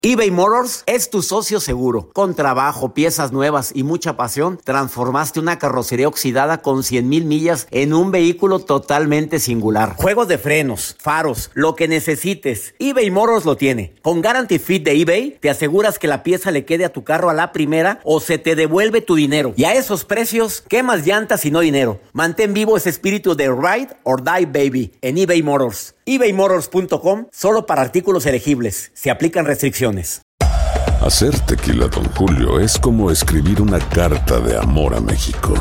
eBay Motors es tu socio seguro. Con trabajo, piezas nuevas y mucha pasión, transformaste una carrocería oxidada con 100,000 millas en un vehículo totalmente singular. Juegos de frenos, faros, lo que necesites, eBay Motors lo tiene. Con Guarantee Fit de eBay, te aseguras que la pieza le quede a tu carro a la primera o se te devuelve tu dinero. Y a esos precios, ¿qué más llantas y no dinero? Mantén vivo ese espíritu de Ride or Die Baby en eBay Motors. ebaymotors.com, solo para artículos elegibles. Se aplican restricciones. Hacer tequila Don Julio es como escribir una carta de amor a México.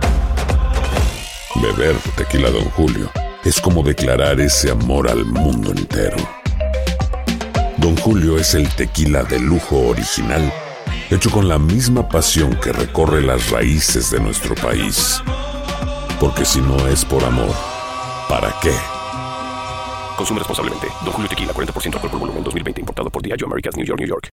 Beber tequila Don Julio es como declarar ese amor al mundo entero. Don Julio es el tequila de lujo original, hecho con la misma pasión que recorre las raíces de nuestro país. Porque si no es por amor, ¿para qué? Consume responsablemente. Don Julio Tequila, 40% alcohol por volumen, 2020. Importado por Diageo Americas, New York, New York.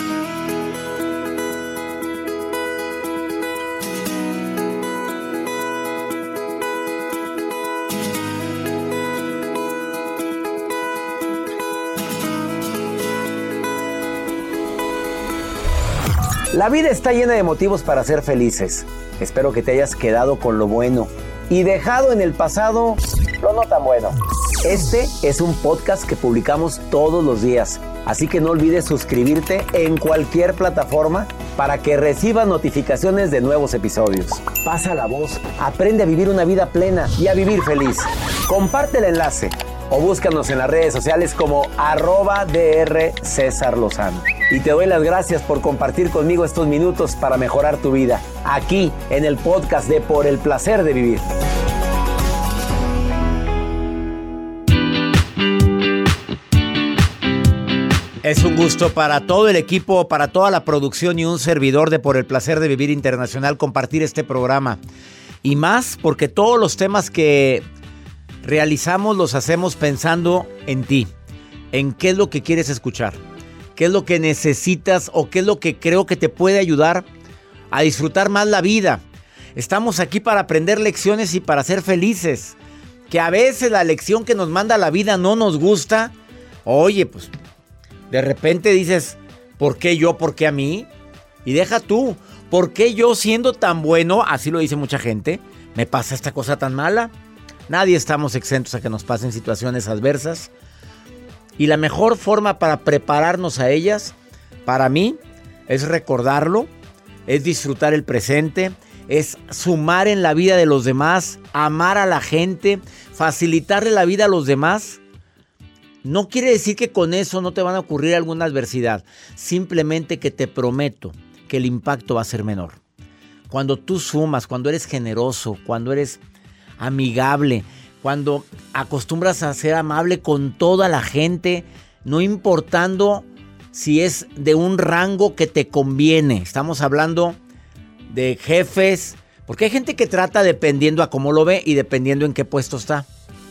La vida está llena de motivos para ser felices. Espero que te hayas quedado con lo bueno y dejado en el pasado lo no tan bueno. Este es un podcast que publicamos todos los días, así que no olvides suscribirte en cualquier plataforma para que recibas notificaciones de nuevos episodios. Pasa la voz, aprende a vivir una vida plena y a vivir feliz. Comparte el enlace o búscanos en las redes sociales como @Dr. César Lozano. Y te doy las gracias por compartir conmigo estos minutos para mejorar tu vida, aquí en el podcast de Por el Placer de Vivir. Es un gusto para todo el equipo, para toda la producción y un servidor de Por el Placer de Vivir Internacional compartir este programa. Y más porque todos los temas que realizamos los hacemos pensando en ti, en qué es lo que quieres escuchar, qué es lo que necesitas o qué es lo que creo que te puede ayudar a disfrutar más la vida. Estamos aquí para aprender lecciones y para ser felices. Que a veces la lección que nos manda la vida no nos gusta. Oye, pues de repente dices, ¿por qué yo? ¿Por qué a mí? Y deja tú, ¿por qué yo siendo tan bueno, así lo dice mucha gente, me pasa esta cosa tan mala? Nadie estamos exentos a que nos pasen situaciones adversas. Y la mejor forma para prepararnos a ellas, para mí, es recordarlo, es disfrutar el presente, es sumar en la vida de los demás, amar a la gente, facilitarle la vida a los demás. No quiere decir que con eso no te van a ocurrir alguna adversidad. Simplemente que te prometo que el impacto va a ser menor. Cuando tú sumas, cuando eres generoso, cuando eres amigable, cuando acostumbras a ser amable con toda la gente, no importando si es de un rango que te conviene. Estamos hablando de jefes, porque hay gente que trata dependiendo a cómo lo ve y dependiendo en qué puesto está.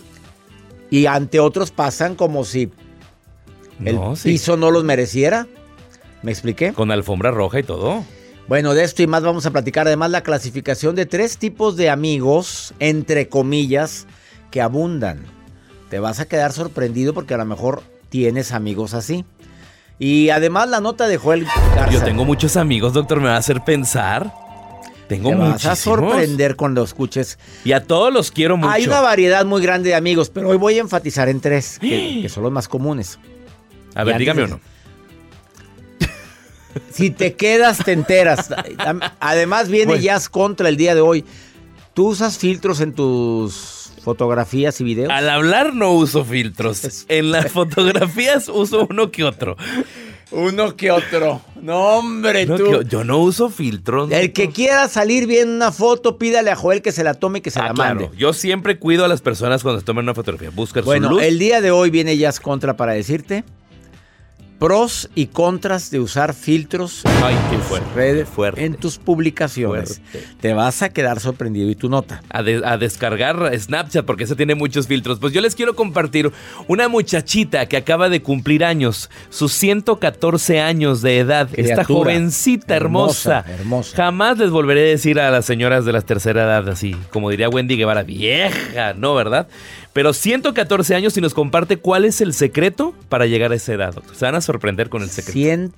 Y ante otros pasan como si el piso no los mereciera. ¿Me expliqué? Con alfombra roja y todo. Bueno, de esto y más vamos a platicar. Además, la clasificación de 3 tipos de amigos, entre comillas, que abundan. Te vas a quedar sorprendido porque a lo mejor tienes amigos así. Y además la nota de Joel Garza. Yo tengo muchos amigos, doctor, me va a hacer pensar. Tengo muchísimos. Te vas a sorprender cuando escuches. Y a todos los quiero mucho. Hay una variedad muy grande de amigos, pero hoy voy a enfatizar en 3, que son los más comunes. A ver, dígame uno. Si te quedas, te enteras. Además viene Jazz Contra el día de hoy. ¿Tú usas filtros en tus fotografías y videos? Al hablar no uso filtros. En las fotografías uso uno que otro. Uno que otro. No, hombre, no, tú. Yo no uso filtros. El que quiera salir bien una foto, pídale a Joel que se la tome y que se la mande. Claro. Yo siempre cuido a las personas cuando se toman una fotografía. Busca su luz. Bueno, el día de hoy viene Jazz Contra para decirte pros y contras de usar filtros. Ay, qué fuerte. En tus publicaciones. Fuerte. Te vas a quedar sorprendido. ¿Y tu nota? A descargar Snapchat porque ese tiene muchos filtros. Pues yo les quiero compartir una muchachita que acaba de cumplir años, sus 114 años de edad. Criatura. Esta jovencita hermosa. Jamás les volveré a decir a las señoras de la tercera edad así, como diría Wendy Guevara, vieja, ¿no, verdad? Pero 114 años y nos comparte cuál es el secreto para llegar a esa edad, doctor. Se van a sorprender con el secreto.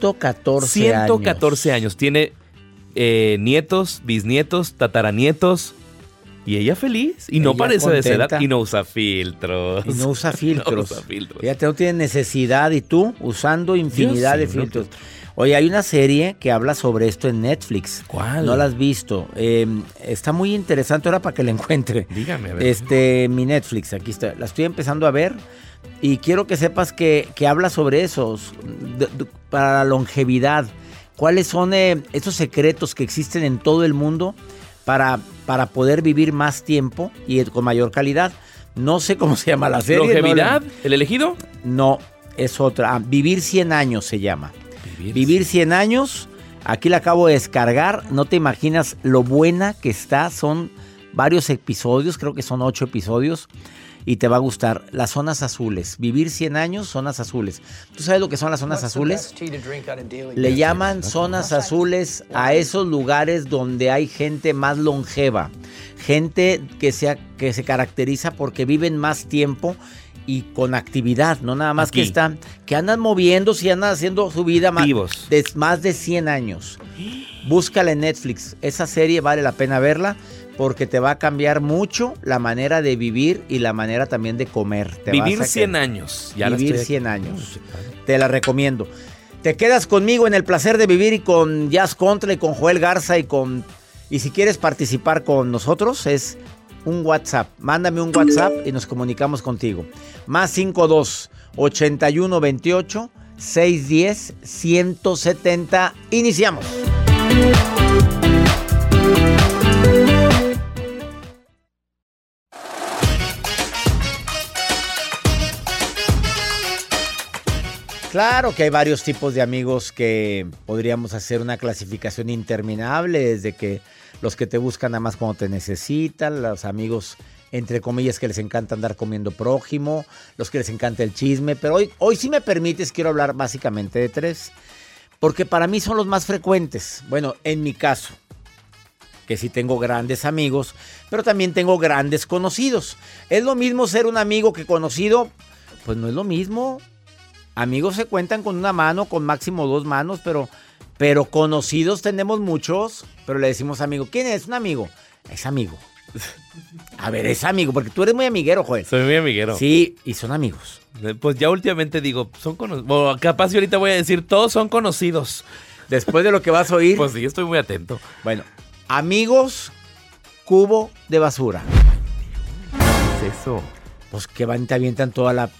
114 años. Tiene nietos, bisnietos, tataranietos. Y ella feliz. Y no ella parece contenta. De esa edad. Y no usa filtros. Y no usa filtros. Fíjate, no tiene necesidad. Y tú usando infinidad de filtros. Oye, hay una serie que habla sobre esto en Netflix. ¿Cuál? ¿No la has visto? Está muy interesante ahora para que la encuentre. Dígame, a ver. Mi Netflix, aquí está. La estoy empezando a ver y quiero que sepas que habla sobre eso, para la longevidad. ¿Cuáles son esos secretos que existen en todo el mundo para poder vivir más tiempo y con mayor calidad? No sé cómo se llama la serie. ¿Longevidad? ¿El elegido? No, es otra. Vivir 100 años se llama. Vivir 100 años, aquí la acabo de descargar, no te imaginas lo buena que está, son varios episodios, creo que son 8 episodios y te va a gustar. Las zonas azules, vivir 100 años, zonas azules. ¿Tú sabes lo que son las zonas azules? Le llaman zonas azules a esos lugares donde hay gente más longeva, gente que se caracteriza porque viven más tiempo y con actividad, no nada más que andan moviéndose y andan haciendo su vida más de 100 años. Búscala en Netflix, esa serie vale la pena verla porque te va a cambiar mucho la manera de vivir y la manera también de comer. Vivir 100 años. Vivir 100 años. Te la recomiendo. Te quedas conmigo en el placer de vivir y con Jazz Contra y con Joel Garza y si quieres participar con nosotros es un WhatsApp. Mándame un WhatsApp y nos comunicamos contigo. Más 52 81 28 610 170. Iniciamos. Claro que hay varios tipos de amigos que podríamos hacer una clasificación interminable, desde que los que te buscan nada más cuando te necesitan, los amigos entre comillas que les encanta andar comiendo prójimo, los que les encanta el chisme, pero hoy si me permites quiero hablar básicamente de 3, porque para mí son los más frecuentes. Bueno, en mi caso, que sí tengo grandes amigos, pero también tengo grandes conocidos. ¿Es lo mismo ser un amigo que conocido? Pues no es lo mismo. Amigos se cuentan con una mano, con máximo 2 manos, pero conocidos tenemos muchos, pero le decimos amigo. ¿Quién es? Un amigo. Es amigo. A ver, es amigo, porque tú eres muy amiguero, Joel. Soy muy amiguero. Sí, y son amigos. Pues ya últimamente digo, son conocidos. Bueno, capaz y ahorita voy a decir, todos son conocidos. Después de lo que vas a oír. Pues sí, estoy muy atento. Bueno, amigos, cubo de basura. ¿Qué es eso? Pues que te avientan toda la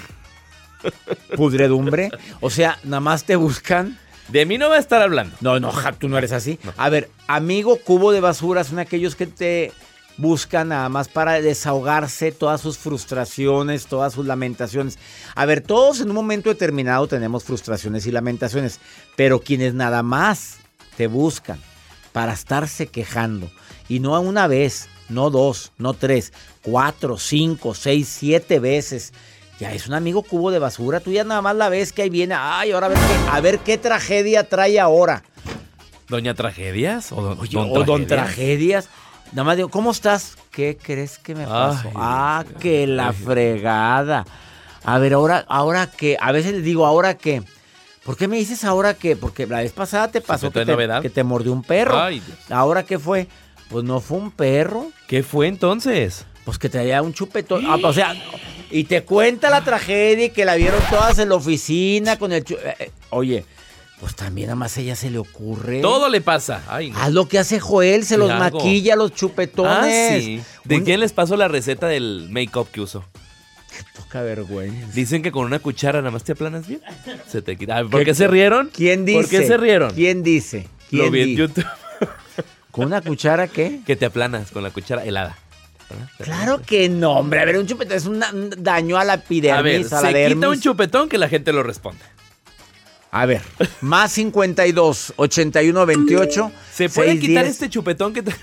pudredumbre. O sea, nada más te buscan. De mí no va a estar hablando. No, tú no eres así. No. A ver, amigo cubo de basura son aquellos que te buscan nada más para desahogarse todas sus frustraciones, todas sus lamentaciones. A ver, todos en un momento determinado tenemos frustraciones y lamentaciones, pero quienes nada más te buscan para estarse quejando, y no una vez, no 2, no 3, 4, 5, 6, 7 veces. Ya es un amigo cubo de basura. Tú ya nada más la ves que ahí viene. Ay, ahora a ver qué tragedia trae ahora. ¿Doña Tragedias? ¿O Don Tragedias? Nada más digo, ¿cómo estás? ¿Qué crees que me pasó? Que la fregada. A ver, ahora que, a veces les digo, ¿ahora qué? ¿Por qué me dices ahora qué? Porque la vez pasada te pasó que te mordió un perro. Ay, Dios. ¿Ahora qué fue? Pues no fue un perro. ¿Qué fue entonces? Pues que traía un chupetón. O sea, y te cuenta la tragedia y que la vieron todas en la oficina con el oye, pues también nada más a ella se le ocurre. Todo le pasa. Ay, no. Haz lo que hace Joel, se los maquilla los chupetones. Sí. ¿De quién les pasó la receta del make-up que usó? Qué poca vergüenza. Dicen que con una cuchara nada más te aplanas bien. Se te quita. ¿Por qué se rieron? ¿Quién dice? ¿Por qué se rieron? ¿Quién dice? Lo vi en YouTube. ¿Con una cuchara qué? Que te aplanas con la cuchara helada. Claro que no, hombre. A ver, un chupetón es un daño a la epidermis, a la dermis. Se quita un chupetón que la gente lo responde. A ver, más 52 81 28. ¿Se puede quitar este chupetón que tengo aquí?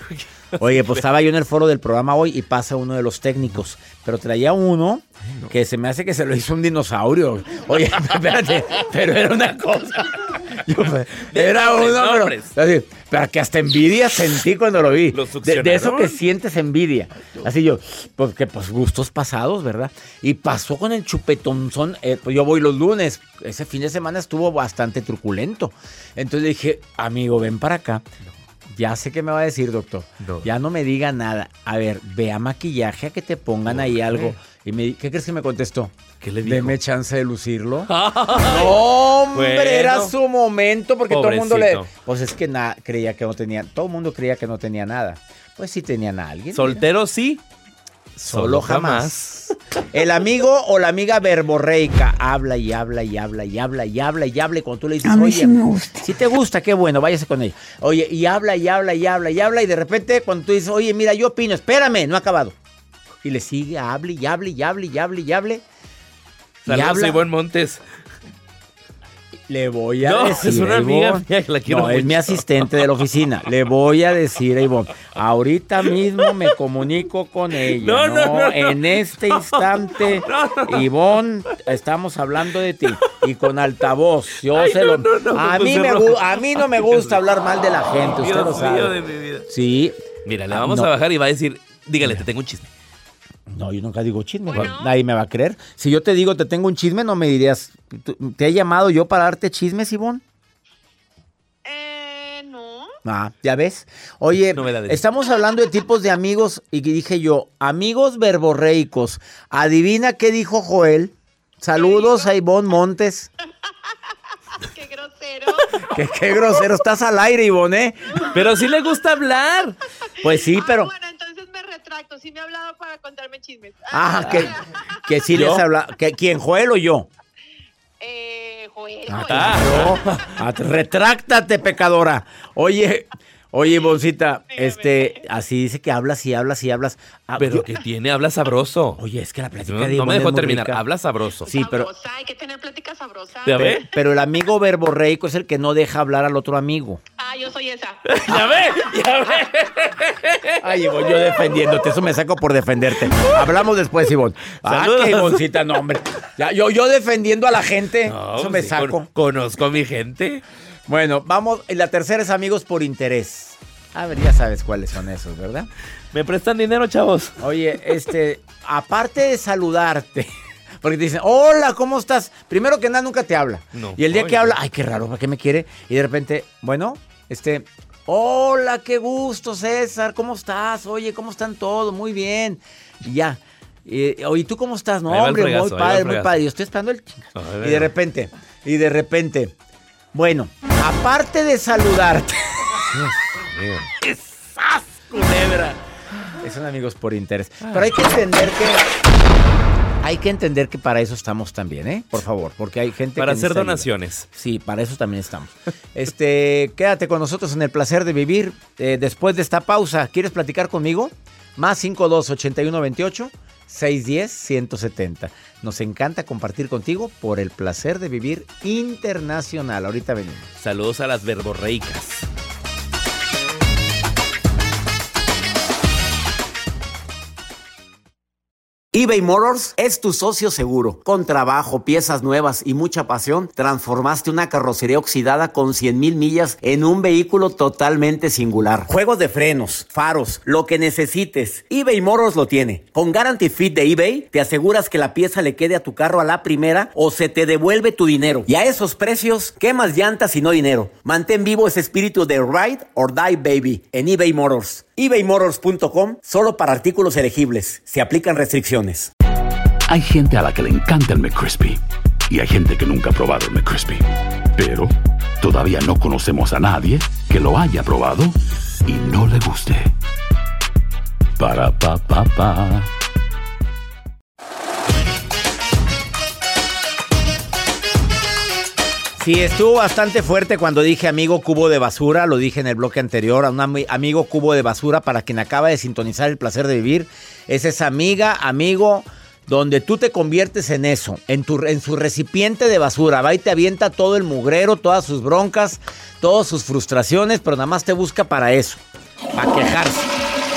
Oye, pues estaba yo en el foro del programa hoy y pasa uno de los técnicos, pero traía uno que se me hace que se lo hizo un dinosaurio. Oye, espérate, pero era una cosa. Era uno, pero que hasta envidia sentí cuando lo vi. De eso que sientes envidia. Así yo, pues gustos pasados, ¿verdad? Y pasó con el chupetonzón. Pues yo voy los lunes. Ese fin de semana estuvo bastante truculento. Entonces dije, amigo, ven para acá. Ya sé qué me va a decir, doctor. No. Ya no me diga nada. A ver, ve a maquillaje a que te pongan ahí algo. Y ¿qué crees que me contestó? ¿Qué le dijo? Deme chance de lucirlo. No, hombre, bueno, era su momento porque pobrecito. Todo el mundo pues es que creía que no tenía. Todo el mundo creía que no tenía nada. Pues sí tenían a alguien. ¿Soltero mira. Sí? Solo jamás. El amigo o la amiga verborreica habla y habla y habla y habla y habla y habla y cuando tú le dices, a mí oye, sí me gusta. Si te gusta, qué bueno, váyase con ella. Oye, y habla y habla y habla y habla y de repente cuando tú dices, oye, mira, yo opino, espérame, no ha acabado. Y le sigue, hable y hable y hable y hable y hable. Saludos, Ivonne Montes. Le voy a decir. Es una amiga mía que la quiero mucho. Es mi asistente de la oficina. Le voy a decir a Ivonne, ahorita mismo me comunico con ella. No. En este instante, Ivonne, estamos hablando de ti. Y con altavoz. A mí no me gusta hablar mal de la gente. Usted lo sabe. De mi vida. Sí. Mira, le vamos a bajar y va a decir, dígale, te tengo un chisme. No, yo nunca digo chisme, nadie me va a creer. Si yo te digo te tengo un chisme, no me dirías, ¿te he llamado yo para darte chismes, Ivonne? No. ¿Ya ves? Oye, estamos hablando de tipos de amigos y dije yo, amigos verborreicos. Adivina qué dijo Joel. Saludos a Ivonne Montes. ¡Qué grosero! Qué grosero, estás al aire, Ivonne, ¿eh? Pero sí le gusta hablar. Pues sí, pero... Bueno, entonces me retracto, sí me ha hablado para contarme chismes. Que sí les habla... ¿Quién, Joel o yo? Joel. Retráctate, pecadora. Oye, Ivoncita, así dice que hablas y hablas y hablas. Pero que tiene, habla sabroso. Oye, es que la plática de Ivonne no me dejó terminar, rica. Habla sabroso. Sí, pero hay que tener plática sabrosa. Pero el amigo verborreico es el que no deja hablar al otro amigo. Yo soy esa. Ya ve. Ay, Ivonne, yo defendiéndote, eso me saco por defenderte. Hablamos después, Ivonne. Saludos. Qué Ivoncita, no, hombre. Ya, yo defendiendo a la gente, eso me saco. Conozco a mi gente. Bueno, vamos, y la tercera es amigos por interés. A ver, ya sabes cuáles son esos, ¿verdad? ¿Me prestan dinero, chavos? Oye, aparte de saludarte, porque te dicen, hola, ¿cómo estás? Primero que nada, nunca te habla. No, y el día que habla, ay, qué raro, ¿para qué me quiere? Y de repente, bueno, hola, qué gusto, César, ¿cómo estás? Oye, ¿cómo están todos? Muy bien. Y ya. Oye, ¿tú cómo estás? No, hombre, muy padre. Yo estoy esperando el chingazo. Y de repente, bueno, aparte de saludarte. ¡Esas, culebra! Son amigos por interés. Pero hay que entender que para eso estamos también, ¿eh? Por favor, porque hay gente para que hacer donaciones. Ayuda. Sí, para eso también estamos. Quédate con nosotros en el placer de vivir. Después de esta pausa, ¿quieres platicar conmigo? Más 52-8128-610-170. Nos encanta compartir contigo por el placer de vivir internacional. Ahorita venimos. Saludos a las verborreicas. eBay Motors es tu socio seguro. Con trabajo, piezas nuevas y mucha pasión, transformaste una carrocería oxidada con 100,000 millas en un vehículo totalmente singular. Juegos de frenos, faros, lo que necesites, eBay Motors lo tiene. Con Guarantee Fit de eBay, te aseguras que la pieza le quede a tu carro a la primera o se te devuelve tu dinero. Y a esos precios, ¿qué más llantas y no dinero? Mantén vivo ese espíritu de Ride or Die Baby en eBay Motors. ebaymotors.com, solo para artículos elegibles. Se aplican restricciones. Hay gente a la que le encanta el McCrispy y hay gente que nunca ha probado el McCrispy. Pero todavía no conocemos a nadie que lo haya probado y no le guste. Para pa pa pa. Sí, estuvo bastante fuerte cuando dije amigo cubo de basura, lo dije en el bloque anterior, a un amigo cubo de basura para quien acaba de sintonizar el placer de vivir. Es esa amiga, amigo, donde tú te conviertes en eso, en su recipiente de basura. Va y te avienta todo el mugrero, todas sus broncas, todas sus frustraciones, pero nada más te busca para eso, para quejarse.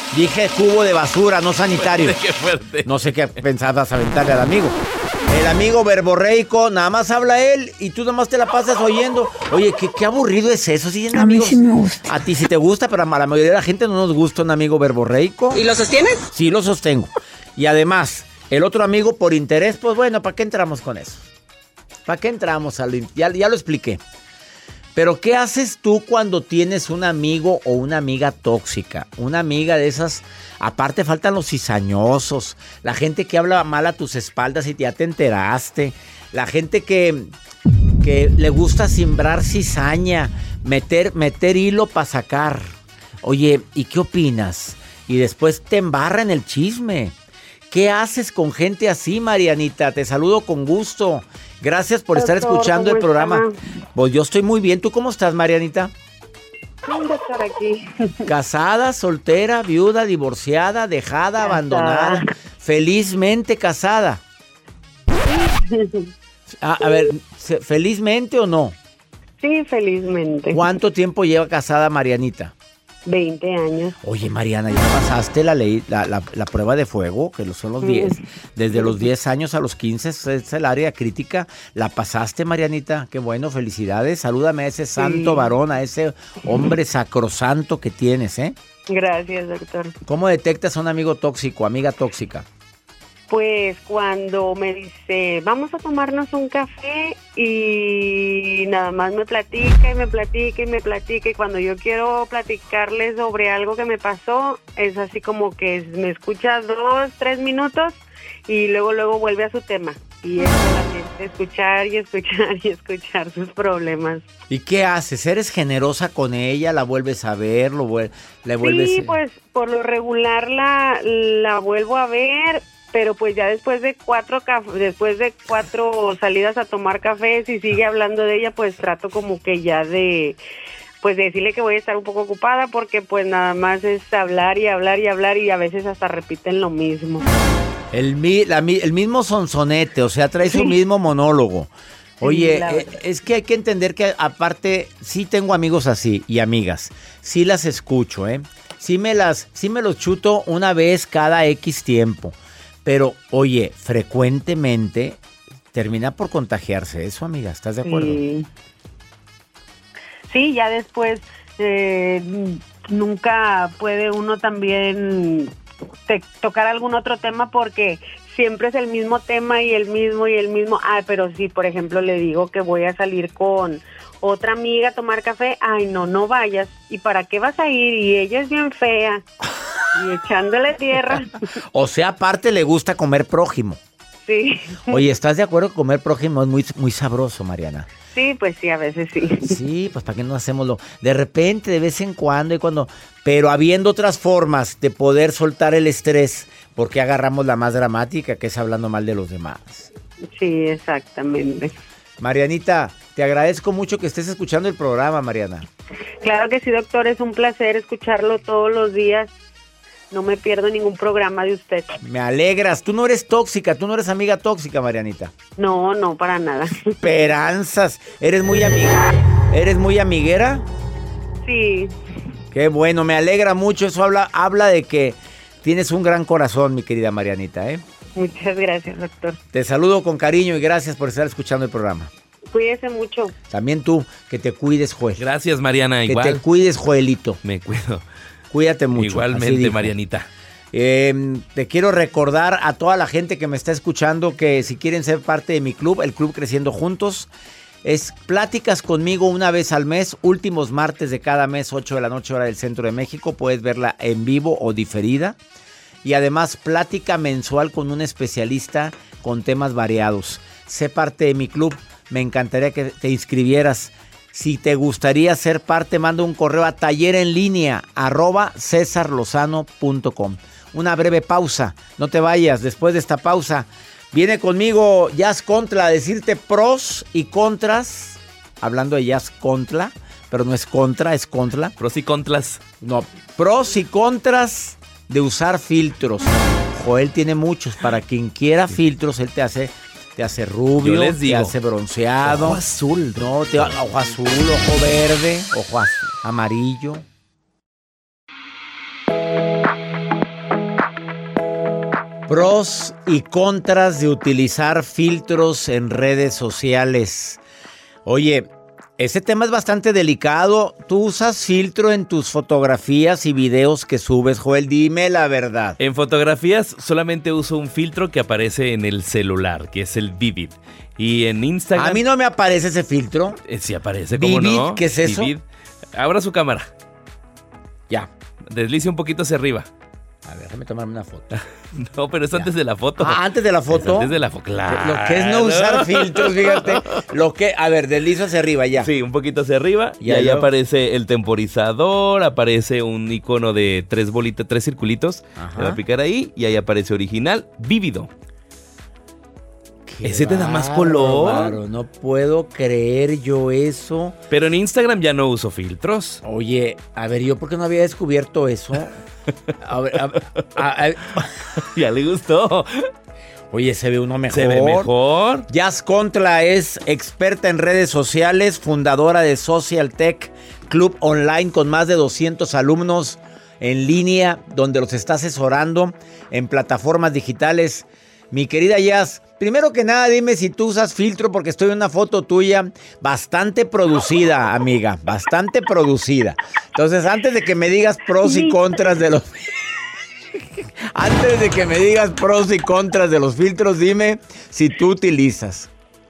Dije cubo de basura, no sanitario. Qué fuerte. No sé qué pensabas aventarle al amigo. El amigo verborreico, nada más habla él y tú nada más te la pasas oyendo. Oye, qué aburrido es eso. ¿Sí, a mí sí me gusta. A ti sí te gusta, pero a la mayoría de la gente no nos gusta un amigo verborreico. ¿Y lo sostienes? Sí, lo sostengo. Y además, el otro amigo por interés, pues bueno, ¿para qué entramos con eso? ¿Para qué entramos? Ya lo expliqué. Pero ¿qué haces tú cuando tienes un amigo o una amiga tóxica? Una amiga de esas, aparte faltan los cizañosos, la gente que habla mal a tus espaldas y ya te enteraste, la gente que le gusta simbrar cizaña, meter hilo para sacar. Oye, ¿y qué opinas? Y después te embarra en el chisme. ¿Qué haces con gente así, Marianita? Te saludo con gusto. Gracias por estar escuchando el programa. Pues yo estoy muy bien. ¿Tú cómo estás, Marianita? ¿Dónde estar aquí? Casada, soltera, viuda, divorciada, dejada, abandonada. Felizmente casada. A ver, ¿felizmente o no? Sí, felizmente. ¿Cuánto tiempo lleva casada Marianita? 20 años. Oye, Mariana, ¿ya pasaste la prueba de fuego? Que son los 10. Desde los 10 años a los 15 es el área crítica. ¿La pasaste, Marianita? Qué bueno, felicidades. Salúdame a ese santo varón, a ese hombre sacrosanto que tienes, ¿eh? Gracias, doctor. ¿Cómo detectas a un amigo tóxico, amiga tóxica? Pues cuando me dice, vamos a tomarnos un café y nada más me platica y me platica y me platica, y cuando yo quiero platicarle sobre algo que me pasó, es así como que me escucha 2-3 minutos y luego vuelve a su tema. Y es solamente escuchar y escuchar y escuchar sus problemas. ¿Y qué haces? ¿Eres generosa con ella? ¿La vuelves a ver? ¿Le vuelves? Sí, pues por lo regular la vuelvo a ver. Pero pues ya después de 4 salidas a tomar café, si sigue hablando de ella, pues trato como que ya de decirle que voy a estar un poco ocupada, porque pues nada más es hablar y hablar y hablar, y a veces hasta repiten lo mismo. El mismo sonsonete, o sea, trae su mismo monólogo. Oye, es que hay que entender que aparte sí tengo amigos así y amigas, sí las escucho, sí me los chuto una vez cada X tiempo. Pero, oye, frecuentemente termina por contagiarse eso, amiga. ¿Estás de acuerdo? Sí, ya después nunca puede uno también tocar algún otro tema, porque siempre es el mismo tema y el mismo. Pero sí, por ejemplo, le digo que voy a salir con otra amiga a tomar café. Ay, no vayas. ¿Y para qué vas a ir? Y ella es bien fea. Y echándole tierra. O sea, aparte le gusta comer prójimo. Sí. Oye, ¿estás de acuerdo que comer prójimo es muy, muy sabroso, Mariana? Sí, pues sí, a veces sí. Sí, pues ¿para qué no hacemos de repente, de vez en cuando, pero habiendo otras formas de poder soltar el estrés, porque agarramos la más dramática, que es hablando mal de los demás? Sí, exactamente. Marianita, te agradezco mucho que estés escuchando el programa, Mariana. Claro que sí, doctor, es un placer escucharlo todos los días. No me pierdo ningún programa de usted. Me alegras. Tú no eres tóxica, tú no eres amiga tóxica, Marianita. No, para nada. Esperanzas. ¿Eres muy amiga? ¿Eres muy amiguera? Sí. Qué bueno, me alegra mucho. Eso habla de que tienes un gran corazón, mi querida Marianita, Muchas gracias, doctor. Te saludo con cariño y gracias por estar escuchando el programa. Cuídese mucho. También tú, que te cuides, Joel. Gracias, Mariana, igual. Que te cuides, Joelito. Me cuido. Cuídate mucho. Igualmente, Marianita. Te quiero recordar a toda la gente que me está escuchando que si quieren ser parte de mi club, el Club Creciendo Juntos, es pláticas conmigo una vez al mes, últimos martes de cada mes, 8 de la noche, hora del centro de México. Puedes verla en vivo o diferida. Y además, plática mensual con un especialista con temas variados. Sé parte de mi club. Me encantaría que te inscribieras. Si te gustaría ser parte, manda un correo a tallerenlinea@cesarlozano.com. Una breve pausa. No te vayas. Después de esta pausa, viene conmigo Jazz Contra a decirte pros y contras. Hablando de Jazz Contra, pero no es contra, es contra. Pros y contras. No, pros y contras de usar filtros. Joel tiene muchos. Para quien quiera filtros, él te hace rubio, yo les digo, te hace bronceado. Ojo azul. No, ojo azul, ojo verde, ojo amarillo. Pros y contras de utilizar filtros en redes sociales. Oye, este tema es bastante delicado. ¿Tú usas filtro en tus fotografías y videos que subes, Joel? Dime la verdad. En fotografías solamente uso un filtro que aparece en el celular, que es el Vivid. Y en Instagram... A mí no me aparece ese filtro. Sí aparece, ¿cómo ¿Vivid? no? ¿Qué es eso? Vivid. Abra su cámara. Ya. Deslice un poquito hacia arriba. A ver, déjame tomarme una foto. No, pero es antes de la foto. Ah, ¿antes de la foto? Antes de la foto, claro. Lo que es no usar filtros, fíjate. A ver, deslizo hacia arriba, ya. Sí, un poquito hacia arriba. Ya, y ahí luego aparece el temporizador, aparece un icono de 3 bolitas, 3 circulitos. Ajá. Le va a picar ahí y ahí aparece original, vívido. Ese te da más color. Claro, no puedo creer yo eso. Pero en Instagram ya no uso filtros. Oye, a ver, ¿yo por qué no había descubierto eso? A ver, Ya le gustó. Oye, se ve uno mejor. Se ve mejor. Jazz Contra es experta en redes sociales, fundadora de Social Tech Club Online con más de 200 alumnos en línea, donde los está asesorando en plataformas digitales. Mi querida Jazz, primero que nada, dime si tú usas filtro, porque estoy en una foto tuya bastante producida, amiga, bastante producida. Entonces, antes de que me digas pros y contras de los... Antes de que me digas pros y contras de los filtros, dime si tú utilizas.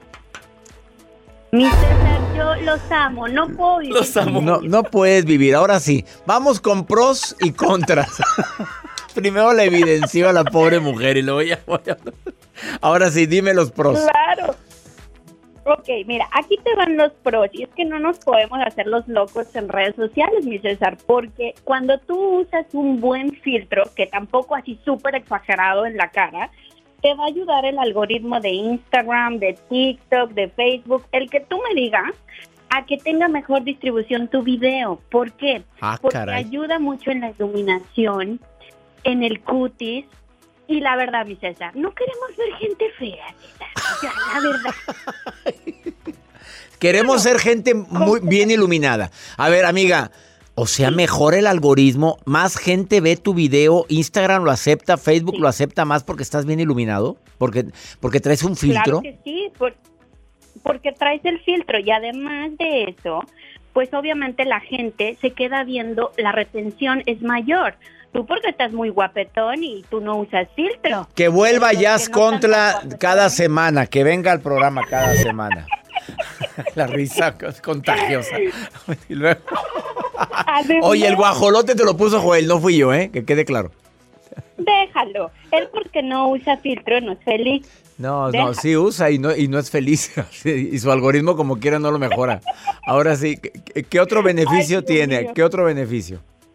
Mi César, yo los amo, no puedo vivir. Los amo. No puedes vivir. Ahora sí, vamos con pros y contras. Primero la evidenció a la pobre mujer y luego ya voy a... Ahora sí, dime los pros. Claro. Ok, mira, aquí te van los pros. Y es que no nos podemos hacer los locos en redes sociales, mi César, porque cuando tú usas un buen filtro, que tampoco así súper exagerado en la cara, te va a ayudar el algoritmo de Instagram, de TikTok, de Facebook, el que tú me digas, a que tenga mejor distribución tu video. ¿Por qué? Porque caray. ayuda mucho en la iluminación, en el cutis. Y la verdad, mi César, no queremos ver gente fea, César. Ya, la verdad. Queremos ser gente muy bien iluminada. A ver, amiga, o sea, mejor el algoritmo, más gente ve tu video, Instagram lo acepta, Facebook lo acepta más porque estás bien iluminado, porque traes un filtro. Claro que sí, porque traes el filtro y además de eso, pues obviamente la gente se queda viendo, la retención es mayor. Tú porque estás muy guapetón y tú no usas filtro. Que vuelva Pero Jazz que no Contra están tan cada semana, que venga al programa cada semana. La risa es contagiosa. Y luego... Además, Oye, el guajolote te lo puso Joel, no fui yo, que quede claro. déjalo. Él porque no usa filtro no es feliz. No, sí usa y no es feliz. Y su algoritmo como quiera no lo mejora. Ahora sí, ¿qué otro beneficio Ay, Dios tiene? mío. ¿Qué otro beneficio?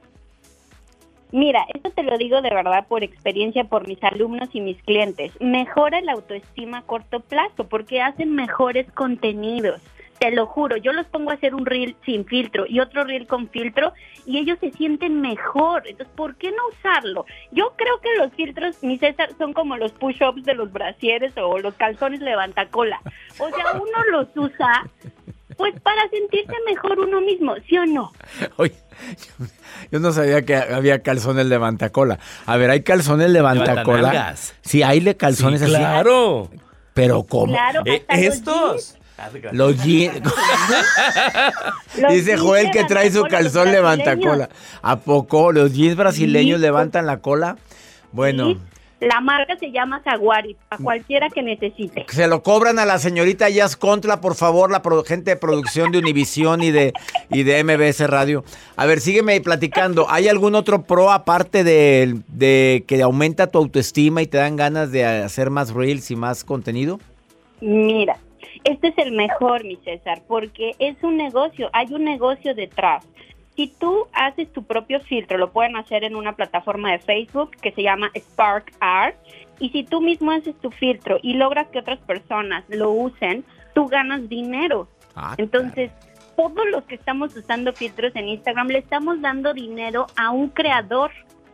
Mira, esto te lo digo de verdad por experiencia, por mis alumnos y mis clientes. Mejora la autoestima a corto plazo porque hacen mejores contenidos. Te lo juro, yo los pongo a hacer un reel sin filtro y otro reel con filtro y ellos se sienten mejor. Entonces, ¿por qué no usarlo? Yo creo que los filtros, mi César, son como los push-ups de los brasieres o los calzones levantacola. O sea, uno los usa pues para sentirse mejor uno mismo, ¿sí o no? Oye, yo no sabía que había calzones levantacola. A ver, ¿hay calzones levantacola? Levantanalgas. Sí, hay calzones Sí, así. claro. Pero ¿cómo? Claro, hasta Estos. Los jeans. Los Dice jeans Joel que trae su levantacola, calzón los levantacola. ¿A poco los jeans brasileños Sí, levantan la cola? Bueno, Sí, la marca se llama Jaguari, a cualquiera que necesite. se lo cobran a la señorita Jazz Contra, por favor, la gente de producción de Univisión y de MBS Radio. A ver, sígueme platicando. ¿Hay algún otro pro aparte de que aumenta tu autoestima y te dan ganas de hacer más reels y más contenido? Mira, este es el mejor, mi César, porque es un negocio, hay un negocio detrás. Si tú haces tu propio filtro, lo pueden hacer en una plataforma de Facebook que se llama Spark Art, y si tú mismo haces tu filtro y logras que otras personas lo usen, tú ganas dinero. Entonces, todos los que estamos usando filtros en Instagram le estamos dando dinero a un creador.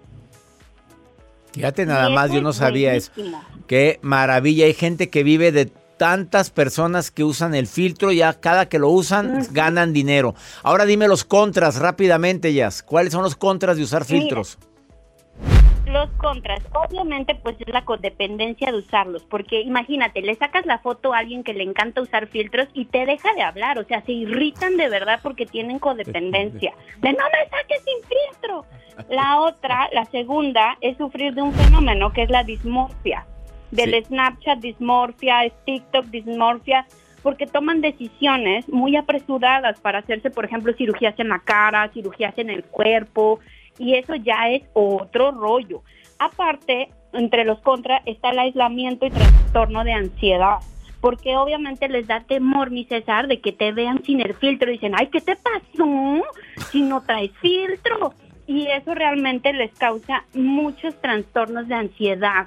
Fíjate nada Y más, eso yo no es sabía eso. buenísimo. Qué maravilla, hay gente que vive de tantas personas que usan el filtro, ya cada que lo usan ganan dinero. Ahora dime los contras rápidamente, Jazz. ¿Cuáles son los contras de usar filtros? Los contras, obviamente, pues es la codependencia de usarlos, porque imagínate, le sacas la foto a alguien que le encanta usar filtros y te deja de hablar, o sea, se irritan de verdad porque tienen codependencia, de no me saques sin filtro. La otra, la segunda, es sufrir de un fenómeno que es la dismorfia, del Snapchat dismorfia, TikTok dismorfia, porque toman decisiones muy apresuradas para hacerse, por ejemplo, cirugías en la cara, cirugías en el cuerpo, y eso ya es otro rollo. Aparte, entre los contras está el aislamiento y trastorno de ansiedad, porque obviamente les da temor, mi César, de que te vean sin el filtro. Dicen, ay, ¿qué te pasó si no traes filtro? Y eso realmente les causa muchos trastornos de ansiedad.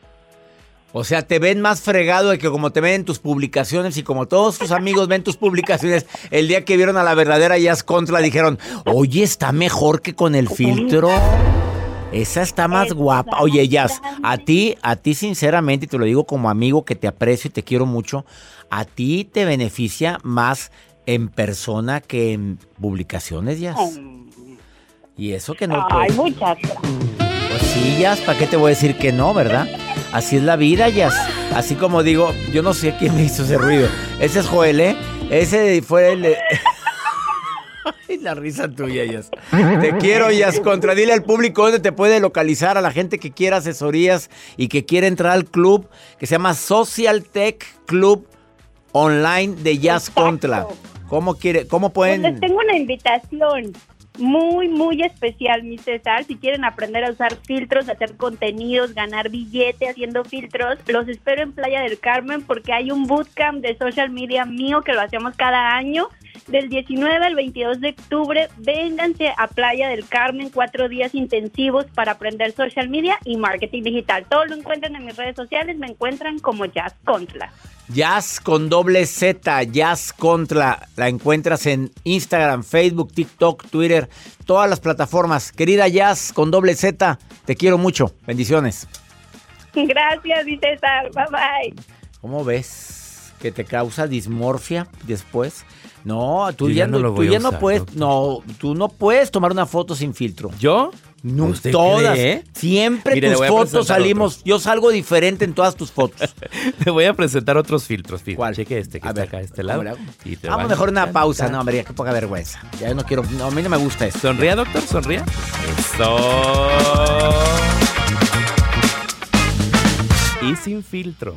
O sea, te ven más fregado de que como te ven en tus publicaciones y como todos tus amigos ven tus publicaciones, el día que vieron a la verdadera Jazz Contra dijeron, oye, está mejor que con el filtro. Esa está más guapa. Oye, Jazz, a ti sinceramente, y te lo digo como amigo que te aprecio y te quiero mucho, a ti te beneficia más en persona que en publicaciones, Jazz. Y eso que no... Ay, muchas gracias. Pues sí, Jazz, ¿para qué te voy a decir que no, verdad? Así es la vida, Jazz. Así como digo, yo no sé quién me hizo ese ruido. Ese es Joel, ¿eh? Ese fue el... Ay, la risa tuya, Jazz. Te quiero, Jazz Contra. Dile al público dónde te puede localizar, a la gente que quiera asesorías y que quiere entrar al club que se llama Social Tech Club Online de Jazz Contra. ¿Cómo pueden...? Pues les tengo una invitación muy, muy especial, mi César. Si quieren aprender a usar filtros, hacer contenidos, ganar billetes haciendo filtros, los espero en Playa del Carmen porque hay un bootcamp de social media mío que lo hacemos cada año. Del 19 al 22 de octubre, vénganse a Playa del Carmen, 4 días intensivos para aprender social media y marketing digital. Todo lo encuentran en mis redes sociales, me encuentran como Jazz Contra. Jazz con doble Z, Jazz Contra. La encuentras en Instagram, Facebook, TikTok, Twitter, todas las plataformas. Querida Jazz con doble Z, te quiero mucho. Bendiciones. Gracias, mi César. Bye, bye. ¿Cómo ves que te causa dismorfia después? No, tú ya no puedes. No, tú no puedes tomar una foto sin filtro. ¿Yo? No, todas. Cree? Siempre tus fotos salimos. Yo salgo diferente en todas tus fotos. Te voy a presentar otros filtros. Fíjate. ¿Cuál? Cheque este que está acá a este lado. Vamos mejor una pausa. No, hombre, qué poca vergüenza. Ya no quiero. No, a mí no me gusta eso. Sonría, doctor, sonría. Eso. Y sin filtro.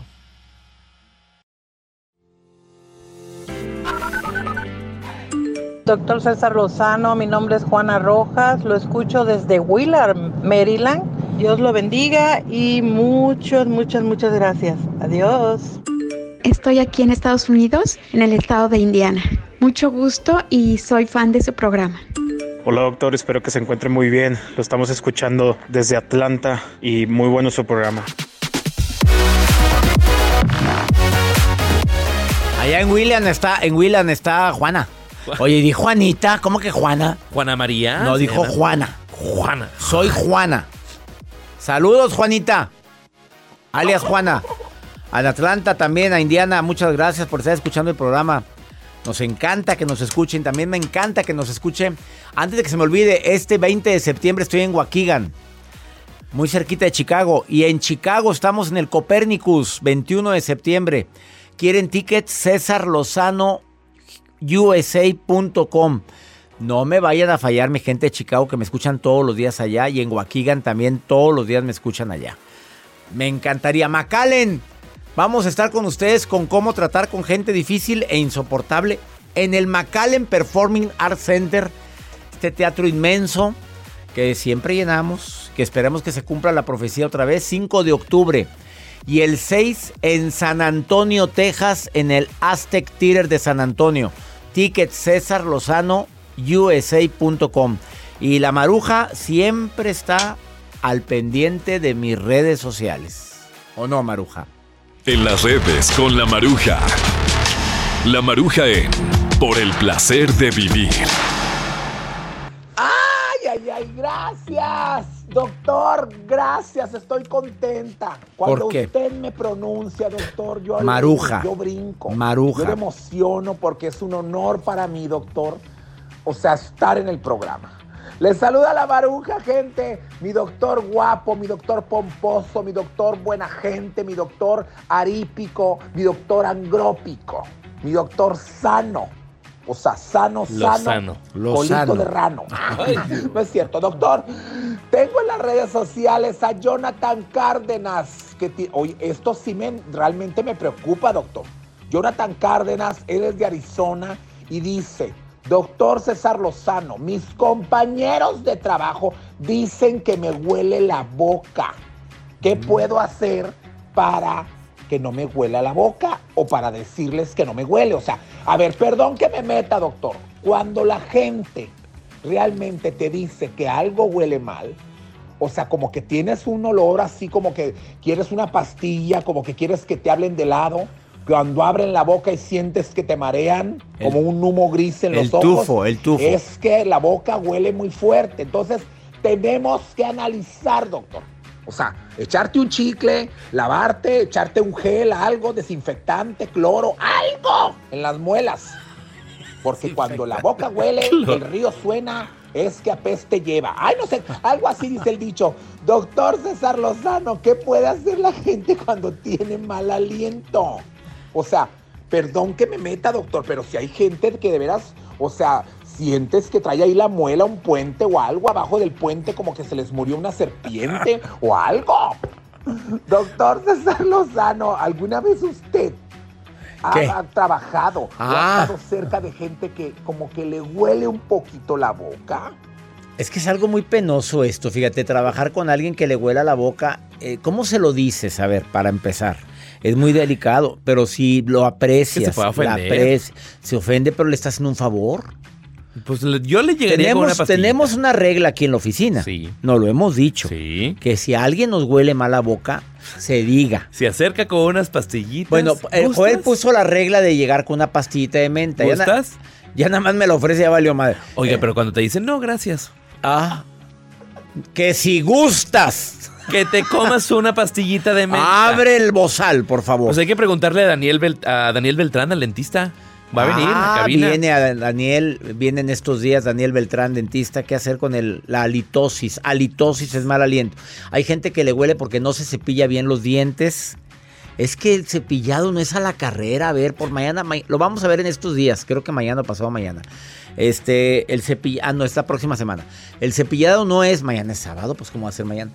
Doctor César Lozano, mi nombre es Juana Rojas, lo escucho desde Willard, Maryland. Dios lo bendiga y muchas gracias. Adiós. Estoy aquí en Estados Unidos, en el estado de Indiana. Mucho gusto y soy fan de su programa. Hola doctor, espero que se encuentre muy bien. Lo estamos escuchando desde Atlanta y muy bueno su programa. Allá en William está Juana. Oye, ¿dijo Juanita? ¿Cómo que Juana? ¿Juana María? No, dijo Juana. Juana. Soy Juana. Saludos, Juanita. Alias Juana. A Atlanta también, a Indiana. Muchas gracias por estar escuchando el programa. Nos encanta que nos escuchen. También me encanta que nos escuchen. Antes de que se me olvide, este 20 de septiembre estoy en Waukegan, muy cerquita de Chicago. Y en Chicago estamos en el Copernicus, 21 de septiembre. ¿Quieren tickets? César Lozano USA.com. No me vayan a fallar, mi gente de Chicago, que me escuchan todos los días allá, y en Waukegan también todos los días me escuchan allá. Me encantaría. McAllen, vamos a estar con ustedes con cómo tratar con gente difícil e insoportable en el McAllen Performing Arts Center, este teatro inmenso que siempre llenamos, que esperemos que se cumpla la profecía otra vez. 5 de octubre. Y el 6 en San Antonio, Texas, en el Aztec Theater de San Antonio. Tickets César Lozano USA.com. Y la Maruja siempre está al pendiente de mis redes sociales. ¿O no, Maruja? En las redes con la Maruja. La Maruja en Por el Placer de Vivir. ¡Ay, gracias! Doctor, gracias, estoy contenta. Cuando ¿por qué? Usted me pronuncia, doctor, Maruja. Yo brinco. Maruja. Yo me emociono porque es un honor para mí, doctor, o sea, estar en el programa. Les saluda la Maruja, gente. Mi doctor guapo, mi doctor pomposo, mi doctor buena gente, mi doctor arípico, mi doctor angrópico, mi doctor sano. O sea, sano. Colito de rano. No es cierto, doctor. Tengo en las redes sociales a Jonathan Cárdenas. Oye, esto sí realmente me preocupa, doctor. Jonathan Cárdenas, él es de Arizona y dice: doctor César Lozano, mis compañeros de trabajo dicen que me huele la boca. ¿Qué puedo hacer para que no me huela la boca o para decirles que no me huele? O sea, a ver, perdón que me meta, doctor. Cuando la gente realmente te dice que algo huele mal, o sea, como que tienes un olor así, como que quieres una pastilla, como que quieres que te hablen de lado, cuando abren la boca y sientes que te marean, como un humo gris en los ojos. El tufo. Es que la boca huele muy fuerte. Entonces, tenemos que analizar, doctor. O sea, echarte un chicle, lavarte, echarte un gel, algo, desinfectante, cloro, algo en las muelas. Porque cuando la boca huele, el río suena, es que apeste lleva. Ay, no sé, algo así dice el dicho. Doctor César Lozano, ¿qué puede hacer la gente cuando tiene mal aliento? O sea, perdón que me meta, doctor, pero si hay gente que de veras, o sea, sientes que trae ahí la muela, un puente o algo abajo del puente, como que se les murió una serpiente o algo. Doctor César Lozano, ¿alguna vez usted ha trabajado o ha estado cerca de gente que como que le huele un poquito la boca? Es que es algo muy penoso esto, fíjate, trabajar con alguien que le huela la boca. ¿Cómo se lo dices? A ver, para empezar. Es muy delicado, pero si lo aprecias, se puede ofender. Se ofende, pero le estás haciendo un favor. Pues yo le llegaría con una pastillita. Tenemos una regla aquí en la oficina. Sí. Nos lo hemos dicho. Sí. Que si a alguien nos huele mal la boca, se diga. Se acerca con unas pastillitas. Bueno, Joel puso la regla de llegar con una pastillita de menta. ¿Gustas? Ya nada más me la ofrece, ya valió madre. Oiga, pero cuando te dicen no, gracias. Que si gustas. Que te comas una pastillita de menta. Abre el bozal, por favor. Pues hay que preguntarle a Daniel Beltrán, al dentista. Va a venir a la cabina. Viene en estos días Daniel Beltrán, dentista. ¿Qué hacer con la halitosis? Halitosis es mal aliento. Hay gente que le huele porque no se cepilla bien los dientes. Es que el cepillado no es a la carrera. A ver, por mañana lo vamos a ver en estos días. Creo que mañana o pasado mañana. El cepillado, no, esta próxima semana. El cepillado no es mañana, es sábado, pues ¿cómo va a ser mañana?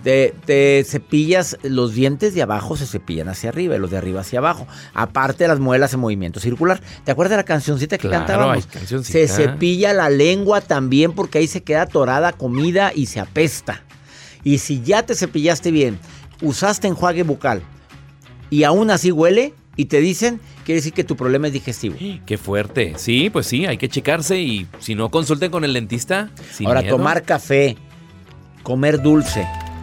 Te cepillas, los dientes de abajo se cepillan hacia arriba y los de arriba hacia abajo. Aparte de las muelas en movimiento circular. ¿Te acuerdas de la cancioncita que cantábamos? Se cepilla la lengua también porque ahí se queda atorada comida y se apesta. Y si ya te cepillaste bien, usaste enjuague bucal y aún así huele y te dicen, quiere decir que tu problema es digestivo. Qué fuerte. Sí, pues sí, hay que checarse y si no, consulten con el dentista. Ahora, miedo. Tomar café, comer dulce.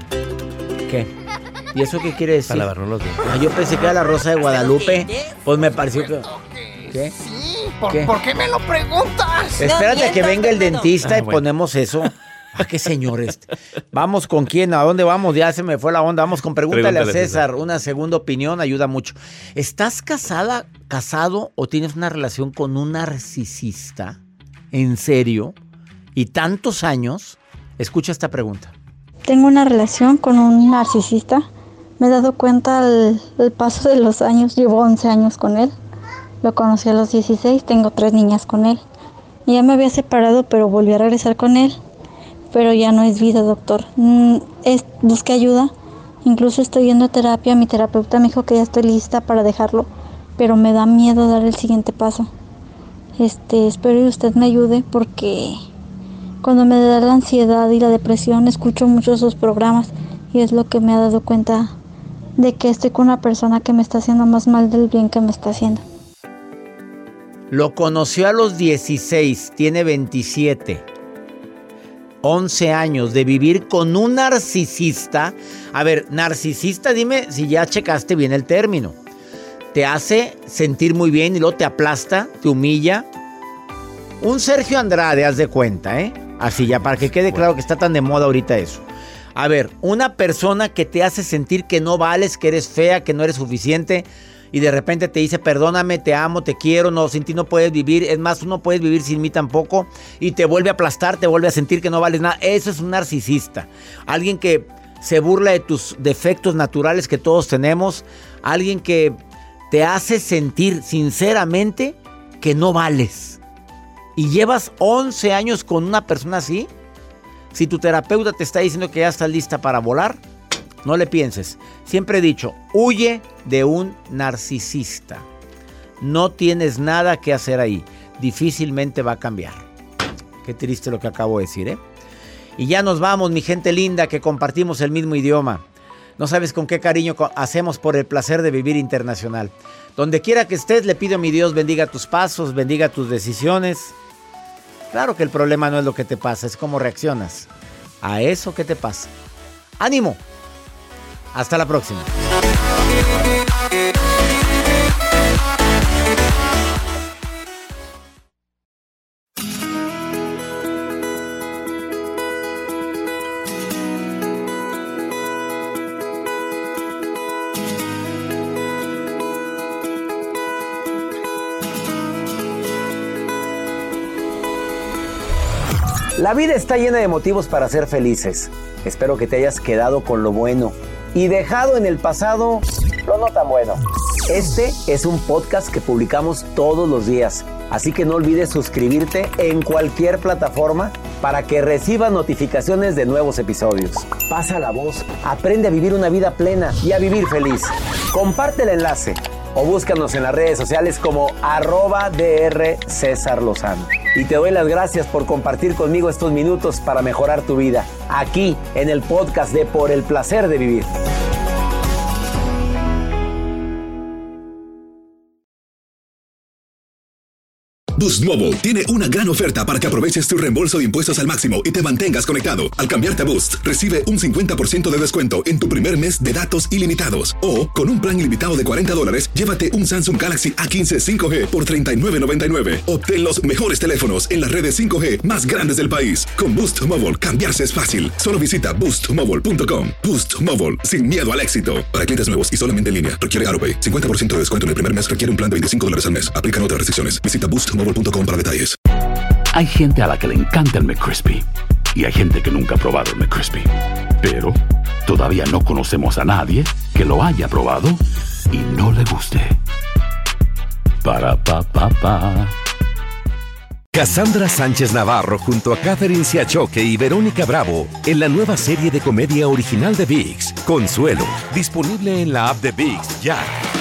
¿Qué? ¿Y eso qué quiere decir? Para lavarnos los dientes. Yo pensé que era la Rosa de Guadalupe. Pues me pareció que... ¿Qué? Sí, ¿por qué me lo preguntas? Espérate a que venga el dentista y ponemos eso. ¿Qué señor Vamos con quién, ¿a dónde vamos? Ya se me fue la onda. Vamos con Pregúntale a César. Una segunda opinión ayuda mucho. ¿Estás casado o tienes una relación con un narcisista? ¿En serio? ¿Y tantos años? Escucha esta pregunta. Tengo una relación con un narcisista. Me he dado cuenta al paso de los años. Llevo 11 años con él. Lo conocí a los 16. Tengo 3 niñas con él. Ya me había separado, pero volví a regresar con él. Pero ya no es vida, doctor. Busqué ayuda. Incluso estoy yendo a terapia. Mi terapeuta me dijo que ya estoy lista para dejarlo. Pero me da miedo dar el siguiente paso. Espero que usted me ayude porque cuando me da la ansiedad y la depresión escucho mucho sus programas. Y es lo que me ha dado cuenta de que estoy con una persona que me está haciendo más mal del bien que me está haciendo. Lo conoció a los 16. Tiene 27. 11 años de vivir con un narcisista. A ver, narcisista, dime si ya checaste bien el término. Te hace sentir muy bien y luego te aplasta, te humilla. Un Sergio Andrade, haz de cuenta, Así ya, para que quede claro que está tan de moda ahorita eso. A ver, una persona que te hace sentir que no vales, que eres fea, que no eres suficiente y de repente te dice, perdóname, te amo, te quiero, no, sin ti no puedes vivir, es más, tú no puedes vivir sin mí tampoco, y te vuelve a aplastar, te vuelve a sentir que no vales nada. Eso es un narcisista. Alguien que se burla de tus defectos naturales que todos tenemos, alguien que te hace sentir sinceramente que no vales. Y llevas 11 años con una persona así. Si tu terapeuta te está diciendo que ya estás lista para volar, no le pienses. Siempre he dicho, huye de un narcisista. No tienes nada que hacer ahí. Difícilmente va a cambiar. Qué triste lo que acabo de decir, ¿eh? Y ya nos vamos, mi gente linda, que compartimos el mismo idioma. No sabes con qué cariño hacemos por el placer de vivir internacional. Donde quiera que estés, le pido a mi Dios bendiga tus pasos, bendiga tus decisiones. Claro que el problema no es lo que te pasa, es cómo reaccionas a eso que te pasa. ¡Ánimo! Hasta la próxima. La vida está llena de motivos para ser felices. Espero que te hayas quedado con lo bueno y dejado en el pasado lo no tan bueno. Este es un podcast que publicamos todos los días, así que no olvides suscribirte en cualquier plataforma para que recibas notificaciones de nuevos episodios. Pasa la voz, aprende a vivir una vida plena y a vivir feliz. Comparte el enlace o búscanos en las redes sociales como @Dr. César Lozano. Y te doy las gracias por compartir conmigo estos minutos para mejorar tu vida, aquí en el podcast de Por el Placer de Vivir. Boost Mobile tiene una gran oferta para que aproveches tu reembolso de impuestos al máximo y te mantengas conectado. Al cambiarte a Boost, recibe un 50% de descuento en tu primer mes de datos ilimitados. O, con un plan ilimitado de $40, llévate un Samsung Galaxy A15 5G por $39.99. Obtén los mejores teléfonos en las redes 5G más grandes del país. Con Boost Mobile, cambiarse es fácil. Solo visita boostmobile.com. Boost Mobile, sin miedo al éxito. Para clientes nuevos y solamente en línea, requiere AutoPay. 50% de descuento en el primer mes requiere un plan de $25 al mes. Aplican otras restricciones. Visita boostmobile.com para detalles. Hay gente a la que le encanta el McCrispy y hay gente que nunca ha probado el McCrispy. Pero todavía no conocemos a nadie que lo haya probado y no le guste. Para pa pa pa. Cassandra Sánchez Navarro junto a Catherine Siachoque y Verónica Bravo en la nueva serie de comedia original de ViX, Consuelo, disponible en la app de ViX ya.